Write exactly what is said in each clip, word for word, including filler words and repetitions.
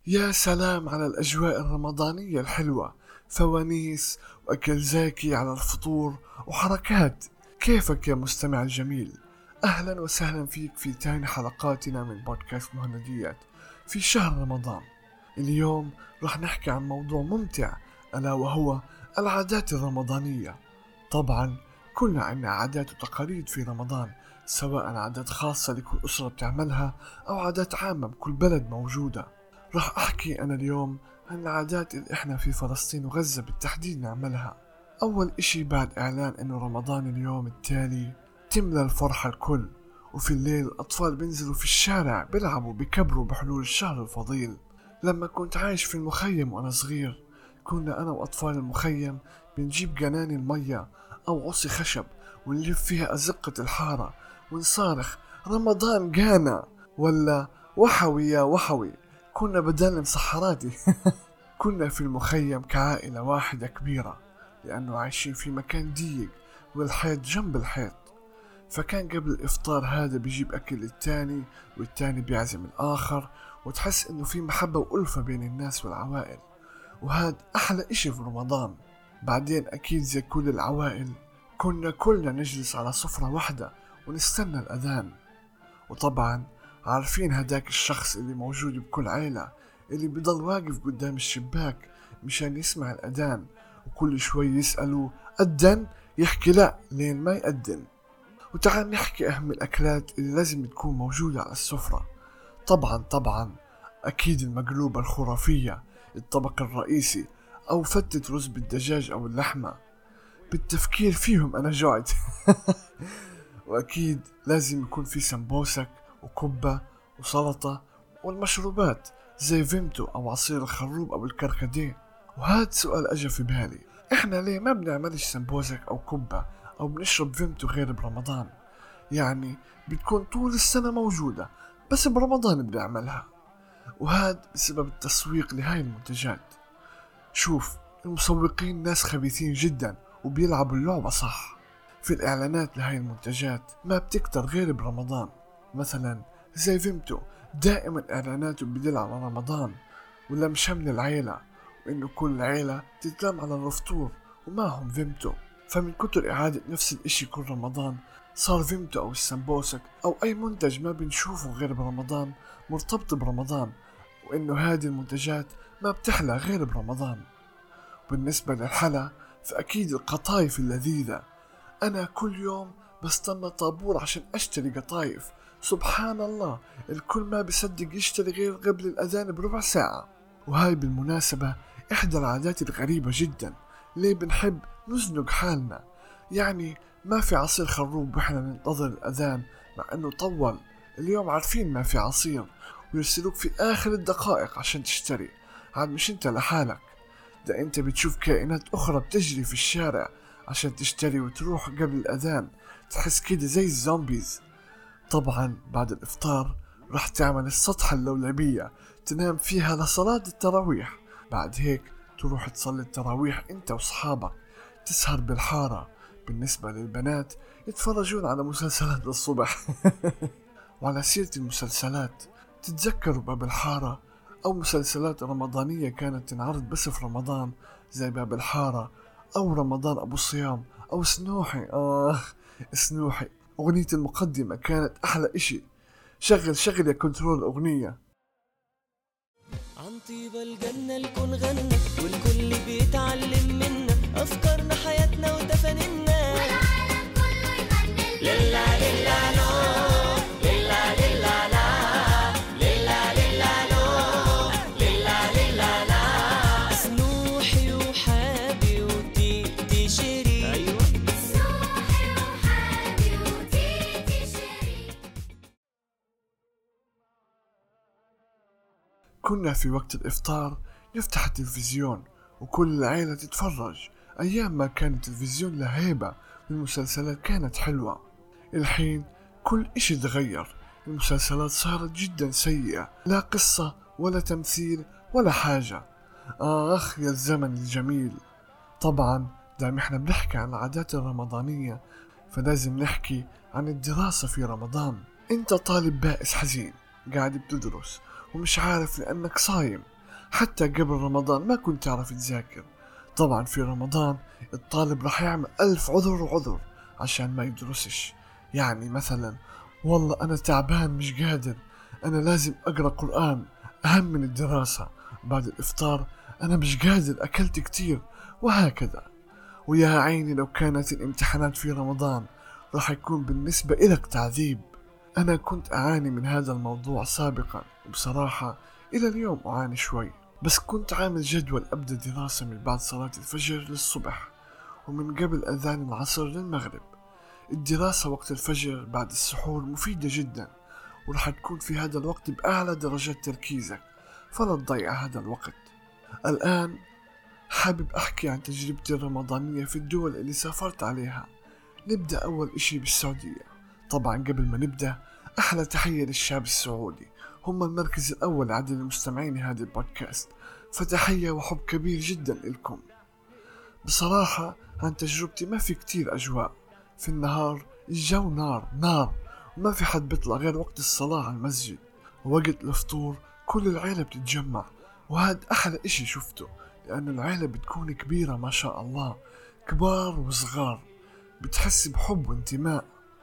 يا سلام على الأجواء الرمضانية الحلوة، فوانيس وأكل زاكي على الفطور وحركات. كيفك يا مستمع الجميل؟ أهلا وسهلا فيك في تاني حلقاتنا من بودكاست مهنديات في شهر رمضان. اليوم رح نحكي عن موضوع ممتع، ألا وهو العادات الرمضانية. طبعا كلنا عنا عادات وتقاليد في رمضان، سواء عادات خاصة لكل أسرة بتعملها أو عادات عامة بكل بلد موجودة. رح أحكي أنا اليوم عن العادات اللي إحنا في فلسطين وغزة بالتحديد نعملها. أول إشي، بعد إعلان إنه رمضان اليوم التالي تملى الفرحة الكل، وفي الليل الأطفال بينزلوا في الشارع بيلعبوا بكبروا بحلول الشهر الفضيل. لما كنت عايش في المخيم وأنا صغير، كنا أنا وأطفال المخيم بنجيب جنان المية أو عصي خشب ونلف فيها أزقة الحارة ونصارخ رمضان جانا، ولا وحوي يا وحوي. كنا بدل مسحراتي. كنا في المخيم كعائلة واحدة كبيرة، لأنه عايشين في مكان ضيق والحيط جنب الحيط. فكان قبل الإفطار هذا بيجيب أكل التاني والتاني بيعزم الآخر، وتحس إنه في محبة وألفة بين الناس والعوائل، وهذا أحلى إشي في رمضان. بعدين أكيد زي كل العوائل كنا كلنا نجلس على سفرة واحدة ونستنى الأذان. وطبعا عارفين هداك الشخص اللي موجود بكل عيلة، اللي بيضل واقف قدام الشباك مشان يسمع الأذان، وكل شوي يسألوا أذن، يحكي لا لين ما يأذن. وتعال نحكي أهم الأكلات اللي لازم تكون موجودة على السفرة. طبعا طبعا أكيد المقلوبة الخرافية، الطبق الرئيسي، أو فتة رز بالدجاج أو اللحمة. بالتفكير فيهم أنا جوعت. وأكيد لازم يكون في سمبوسك وكبة وسلطة، والمشروبات زي فيمتو أو عصير الخروب أو الكركديه. وهذا سؤال أجا في بالي، إحنا ليه ما بنعملش سمبوسك أو كبة أو بنشرب فيمتو غير برمضان؟ يعني بتكون طول السنة موجودة، بس برمضان بنعملها. وهذا بسبب التسويق لهاي المنتجات. شوف، المسوقين ناس خبيثين جدا وبيلعبوا اللعبة صح. في الإعلانات لهاي المنتجات ما بتكتر غير برمضان. مثلا زي فيمتو، دائما إعلاناته بدل على رمضان ولا مشمل العيلة، وإنه كل عيلة تتلم على الرفطور وماهم فيمتو. فمن كتر إعادة نفس الإشي كل رمضان، صار فيمتو أو السمبوسك أو أي منتج ما بنشوفه غير برمضان مرتبط برمضان، وإنه هذه المنتجات ما بتحلى غير برمضان. بالنسبة للحلا، فأكيد القطايف اللذيذة. أنا كل يوم بستنى طابور عشان أشتري قطايف. سبحان الله، الكل ما بيصدق يشتري غير قبل الأذان بربع ساعة. وهاي بالمناسبة إحدى العادات الغريبة جدا، ليه بنحب نزنق حالنا. يعني ما في عصير خروب وإحنا ننتظر الأذان، مع أنه طول اليوم عارفين ما في عصير، ويرسلوك في آخر الدقائق عشان تشتري. عاد مش أنت لحالك، ده أنت بتشوف كائنات أخرى بتجري في الشارع عشان تشتري وتروح قبل الأذان، تحس كده زي الزومبيز. طبعا بعد الإفطار رح تعمل السطحة اللولبية، تنام فيها لصلاة التراويح. بعد هيك تروح تصلي التراويح أنت وصحابك، تسهر بالحارة. بالنسبة للبنات يتفرجون على مسلسلات للصبح. وعلى سيرة المسلسلات، تتذكروا باب الحارة أو مسلسلات رمضانية كانت تنعرض بس في رمضان، زي باب الحارة أو رمضان أبو الصيام أو سنوحي. آه سنوحي، أغنية المقدمة كانت أحلى إشي. شغل شغل يا كنترول الأغنية. عن طيبة الجنة الكون غنى، والكل بيتعلم منا أفكارنا حياتنا وتفانينا، والعالم كله يغني لله لله لو لله لله لا لله لله لو لله لله لا. سنوحي وحابي وتيتي شيرين، أيوة سنوحي وحابي وتيتي شيرين. كنا في وقت الإفطار نفتح التلفزيون وكل العيلة تتفرج. أيام ما كان التلفزيون له هيبة والمسلسلات كانت حلوة. الحين كل إشي تغير، المسلسلات صارت جدا سيئة، لا قصة ولا تمثيل ولا حاجة. آخ يا الزمن الجميل. طبعا دام احنا بنحكي عن العادات الرمضانية، فلازم نحكي عن الدراسة في رمضان. انت طالب بائس حزين قاعد بتدرس ومش عارف لأنك صايم، حتى قبل رمضان ما كنت أعرف تذاكر. طبعا في رمضان الطالب راح يعمل ألف عذر وعذر عشان ما يدرسش. يعني مثلا والله أنا تعبان مش قادر، أنا لازم أقرأ قرآن أهم من الدراسة. بعد الإفطار أنا مش قادر أكلت كتير، وهكذا. ويا عيني لو كانت الامتحانات في رمضان راح يكون بالنسبة إلك تعذيب. أنا كنت أعاني من هذا الموضوع سابقا، وبصراحة إلى اليوم أعاني شوي. بس كنت عامل جدول أبدأ دراسة من بعد صلاة الفجر للصبح، ومن قبل أذان العصر للمغرب. الدراسة وقت الفجر بعد السحور مفيدة جدا، ورح تكون في هذا الوقت بأعلى درجات تركيزك، فلا تضيع هذا الوقت. الآن حابب أحكي عن تجربتي الرمضانية في الدول اللي سافرت عليها. نبدأ أول إشي بالسعودية. طبعا قبل ما نبدأ أحلى تحية للشعب السعودي، هم المركز الأول عدد المستمعين هذا البودكاست، فتحية وحب كبير جدا لكم. بصراحة عن تجربتي ما في كتير أجواء. في النهار الجو نار نار، وما في حد بيطلع غير وقت الصلاة على المسجد، ووقت الفطور كل العيلة بتتجمع، وهذا أحلى إشي شفته، لأن العيلة بتكون كبيرة ما شاء الله، كبار وصغار، بتحس بحب وانتماء.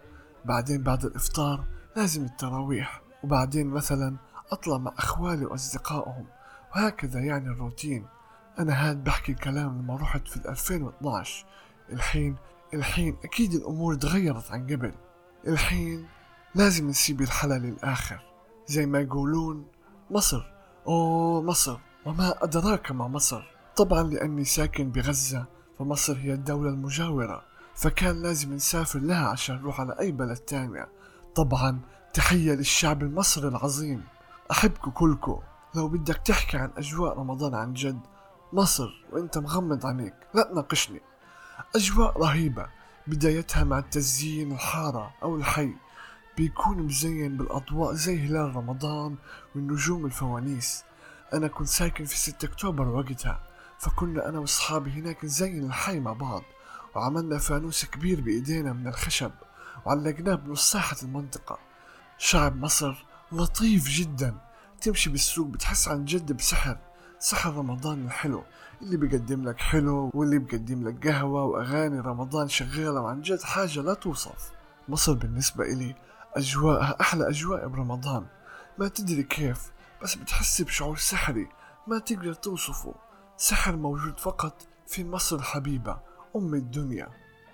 بعدين بعد الإفطار لازم التراويح، وبعدين مثلا أطلع مع أخوالي وأصدقائهم، وهكذا يعني الروتين. أنا هاد بحكي الكلام لما رحت في ألفين واثناشر. الحين الحين أكيد الأمور تغيرت عن قبل. الحين لازم نسيب الحلا للآخر، زي ما يقولون مصر أوه مصر وما أدراك ما مصر. طبعا لأني ساكن بغزة، فمصر هي الدولة المجاورة، فكان لازم نسافر لها عشان نروح على أي بلد تانية. طبعا تحية للشعب المصري العظيم، أحبكم كلكم. لو بدك تحكي عن أجواء رمضان عن جد، مصر وإنت مغمض عينيك لا تناقشني. أجواء رهيبة، بدايتها مع التزيين الحارة أو الحي، بيكون مزين بالأضواء زي هلال رمضان والنجوم الفوانيس. أنا كنت ساكن في ستة أكتوبر وقتها، فكنا أنا وأصحابي هناك نزين الحي مع بعض، وعملنا فانوس كبير بإيدينا من الخشب وعلقناه بنص ساحة المنطقة. شعب مصر لطيف جدا، تمشي بالسوق بتحس عن جد بسحر، سحر رمضان الحلو، اللي بيقدم لك حلو واللي بيقدم لك قهوة وأغاني رمضان شغالة، وعن جد حاجة لا توصف. مصر بالنسبة إلي أجواءها أحلى أجواء برمضان، ما تدري كيف، بس بتحس بشعور سحري ما تقدر توصفه، سحر موجود فقط في مصر الحبيبة أم الدنيا.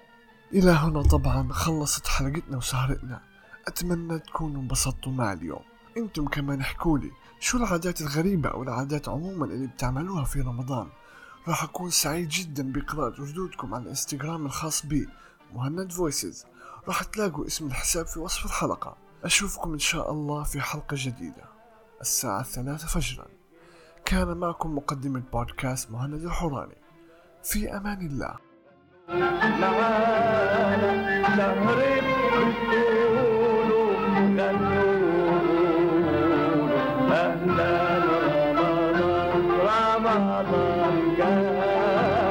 إلى هنا طبعا خلصت حلقتنا وسهرتنا، أتمنى تكونوا انبسطتوا معي اليوم. انتم كمان احكولي شو العادات الغريبة أو العادات عموما اللي بتعملوها في رمضان. راح أكون سعيد جدا بقراءة ردودكم على الانستغرام الخاص بي مهند فويسز، راح تلاقوا اسم الحساب في وصف الحلقة. أشوفكم إن شاء الله في حلقة جديدة الساعة الثلاثة فجرا. كان معكم مقدمة بودكاست مهند الحوراني، في أمان الله. معانا شهر بتقولوا غنوا أهلا رمضان رمضان جاء.